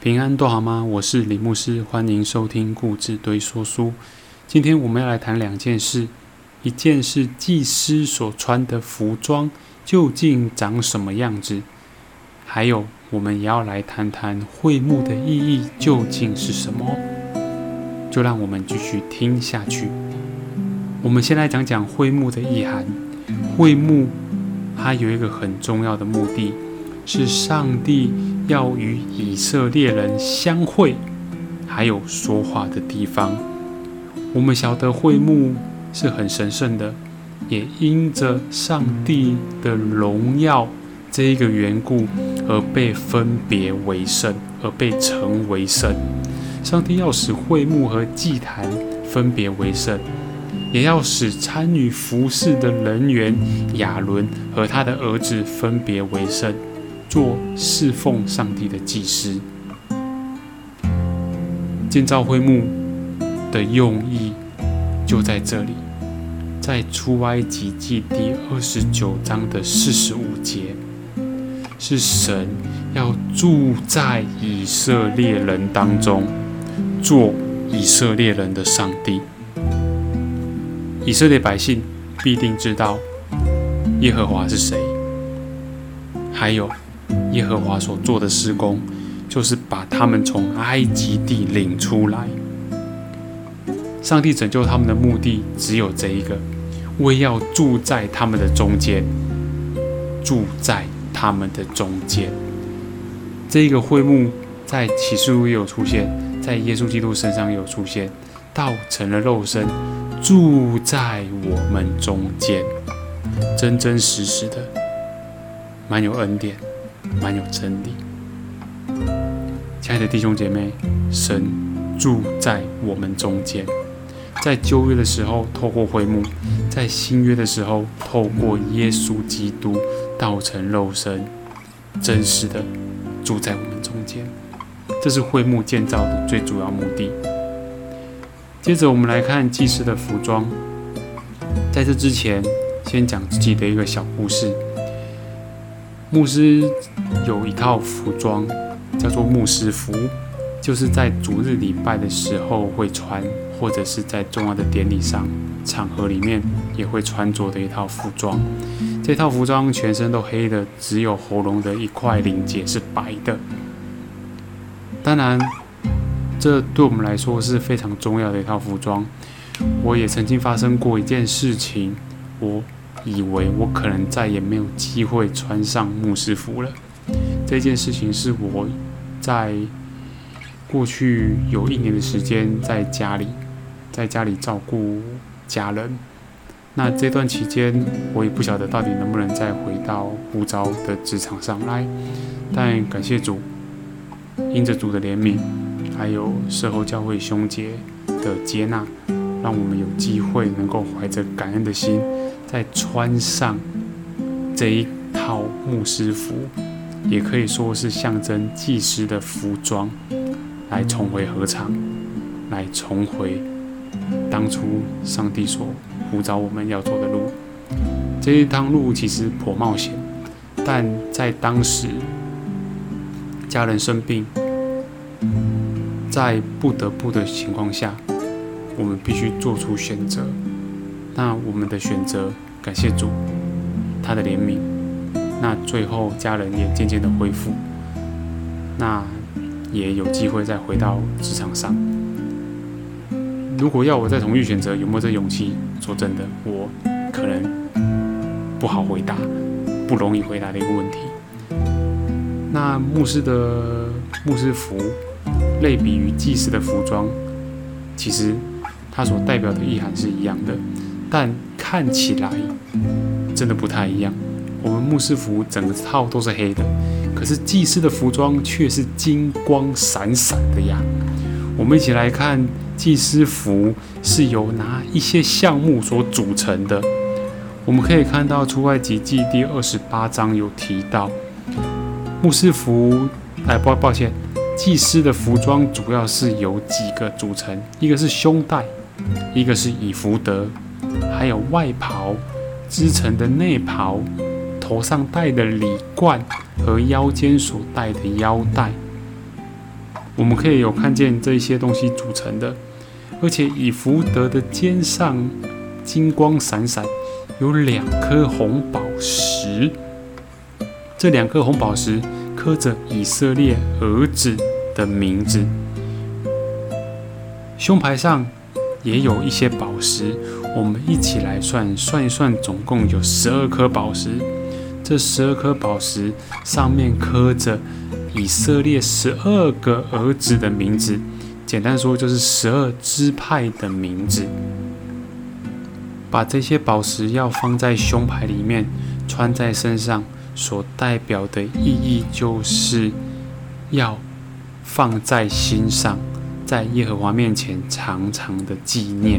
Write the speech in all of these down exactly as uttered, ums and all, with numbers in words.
平安都好吗？我是李牧师，欢迎收听故事堆说书。今天我们要来谈两件事，一件是祭司所穿的服装究竟长什么样子，还有我们也要来谈谈会幕的意义究竟是什么。就让我们继续听下去。我们先来讲讲会幕的意涵。会幕它有一个很重要的目的，是上帝要与以色列人相会，还有说话的地方。我们晓得会幕是很神圣的，也因着上帝的荣耀这一个缘故而被分别为圣，而被称为圣。上帝要使会幕和祭坛分别为圣，也要使参与服事的人员亚伦和他的儿子分别为圣，做侍奉上帝的祭司。建造会幕的用意就在这里，在出埃及记第二十九章的四十五节，是神要住在以色列人当中，做以色列人的上帝。以色列百姓必定知道耶和华是谁，还有耶和华所做的事工，就是把他们从埃及地领出来。上帝拯救他们的目的只有这一个，为要住在他们的中间，住在他们的中间。这一个会幕在启示录也有出现，在耶稣基督身上也有出现，道成了肉身，住在我们中间，真真实实的，蛮有恩典，蛮有真理。亲爱的弟兄姐妹，神住在我们中间，在旧约的时候透过会幕，在新约的时候透过耶稣基督道成肉身，真实的住在我们中间。这是会幕建造的最主要目的。接着我们来看祭司的服装。在这之前，先讲自己的一个小故事。牧师有一套服装，叫做牧师服，就是在主日礼拜的时候会穿，或者是在重要的典礼上、场合里面也会穿着的一套服装。这套服装全身都黑的，只有喉咙的一块领结是白的。当然，这对我们来说是非常重要的一套服装。我也曾经发生过一件事情，我以为我可能再也没有机会穿上牧师服了。这件事情是我在过去有一年的时间在家里，在家里照顾家人。那这段期间，我也不晓得到底能不能再回到呼召的职场上来，但感谢主，因着主的怜悯，还有社后教会兄姐的接纳，让我们有机会能够怀着感恩的心，再穿上这一套牧师服，也可以说是象征祭司的服装，来重回禾场，来重回当初上帝所呼召我们要走的路。这一趟路其实颇冒险，但在当时家人生病，在不得不的情况下，我们必须做出选择。那我们的选择，感谢主，他的怜悯。那最后家人也渐渐的恢复，那也有机会再回到职场上。如果要我再重新选择，有没有这勇气？说真的，我可能不好回答，不容易回答的一个问题。那牧师的牧师服，类比于祭司的服装，其实它所代表的意涵是一样的，但看起来真的不太一样。我们牧师服整个套都是黑的，可是祭司的服装却是金光闪闪的呀。我们一起来看祭司服是由哪一些项目所组成的。我们可以看到出埃及记第二十八章有提到，牧师服，哎，抱抱歉，祭司的服装主要是由几个组成，一个是胸带，一个是以弗得，还有外袍、织成的内袍、头上戴的礼冠和腰间所戴的腰带。 我们可以有看见这些东西组成的。而且以弗得的肩上金光闪闪，有两颗红宝石，这两颗红宝石刻着以色列儿子的名字。胸牌上也有一些宝石，我们一起来算算一算，总共有十二颗宝石。这十二颗宝石上面刻着以色列十二个儿子的名字，简单说就是十二支派的名字。把这些宝石要放在胸牌里面，穿在身上，所代表的意义就是要放在心上，在耶和华面前常常的纪念。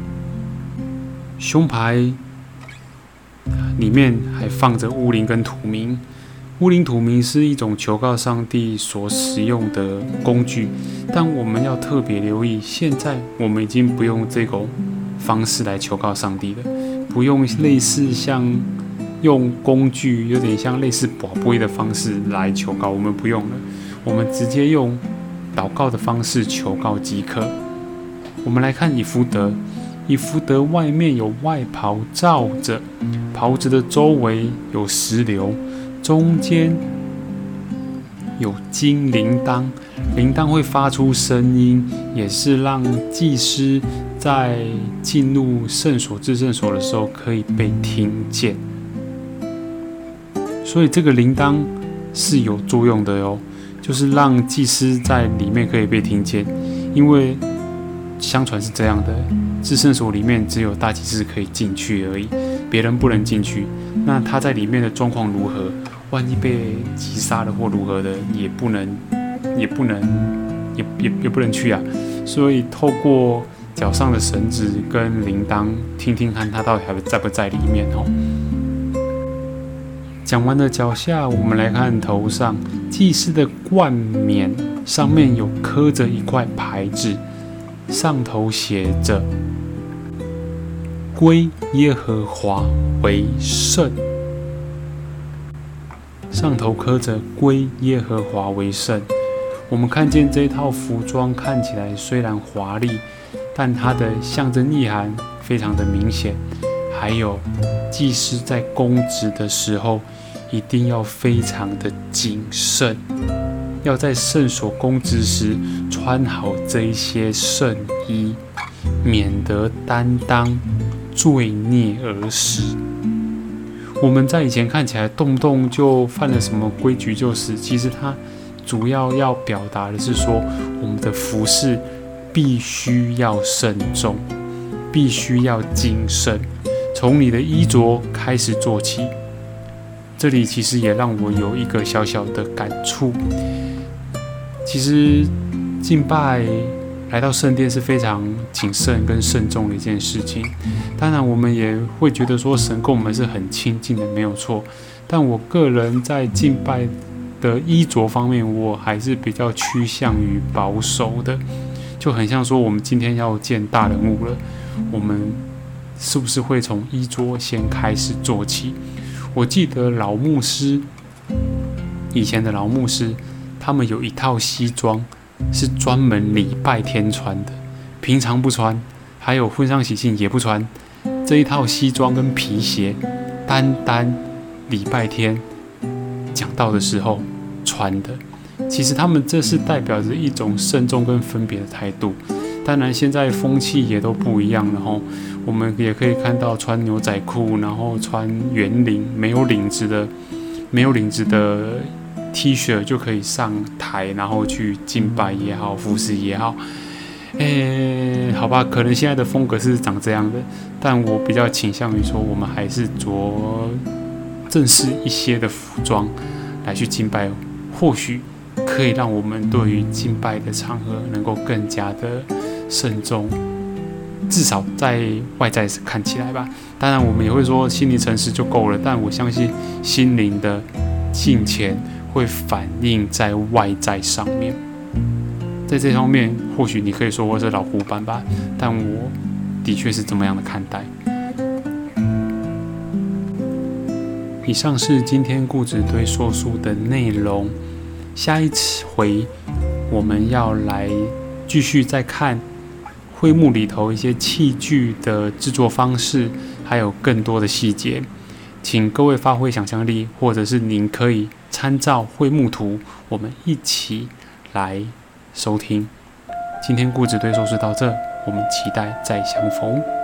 胸牌里面还放着乌灵跟土明，乌灵土明是一种求告上帝所使用的工具，但我们要特别留意，现在我们已经不用这种方式来求告上帝了，不用类似像用工具，有点像类似卜杯的方式来求告，我们不用了，我们直接用祷告的方式求告即可。我们来看以弗得，以弗得外面有外袍罩着，袍子的周围有石榴，中间有金铃铛，铃铛会发出声音，也是让祭司在进入圣所至圣所的时候可以被听见。所以这个铃铛是有作用的哟，就是让祭司在里面可以被听见，因为相传是这样的，至圣所里面只有大祭司可以进去而已，别人不能进去。那他在里面的状况如何？万一被击杀了或如何的，也不能，也不能，也也也不能去啊。所以透过脚上的绳子跟铃铛，听听看他到底还在不在里面哦。讲完了脚下，我们来看头上，祭司的冠冕上面有刻着一块牌子，上头写着“归耶和华为圣”，上头刻着“归耶和华为圣”。我们看见这套服装看起来虽然华丽，但它的象征意涵非常的明显。还有，祭司在供职的时候，一定要非常的谨慎，要在圣所供职时穿好这一些圣衣，免得担当罪孽而死。我们在以前看起来动不动就犯了什么规矩就死，其实它主要要表达的是说，我们的服事必须要慎重，必须要谨慎，从你的衣着开始做起。这里其实也让我有一个小小的感触。其实敬拜来到圣殿是非常谨慎跟慎重的一件事情。当然，我们也会觉得说神跟我们是很亲近的，没有错。但我个人在敬拜的衣着方面，我还是比较趋向于保守的。就很像说，我们今天要见大人物了，我们是不是会从衣着先开始做起？我记得老牧师，以前的老牧师，他们有一套西装是专门礼拜天穿的，平常不穿，还有婚丧喜庆也不穿。这一套西装跟皮鞋，单单礼拜天讲道的时候穿的。其实他们这是代表着一种慎重跟分别的态度。当然，现在风气也都不一样了吼。我们也可以看到穿牛仔裤，然后穿圆领没有领子的、没有领子的 T 恤就可以上台，然后去敬拜也好，服侍也好。诶，好吧，可能现在的风格是长这样的，但我比较倾向于说，我们还是着正式一些的服装来去敬拜，或许可以让我们对于敬拜的场合能够更加的慎重，至少在外在看起来吧。当然，我们也会说心灵诚实就够了，但我相信心灵的敬虔会反映在外在上面。在这方面，或许你可以说我是老古板吧，但我的确是这么样的看待。以上是今天故事堆说书的内容。下一回我们要来继续再看会幕里头一些器具的制作方式，还有更多的细节，请各位发挥想象力，或者是您可以参照会幕图，我们一起来收听。今天故事堆收视到这，我们期待再相逢。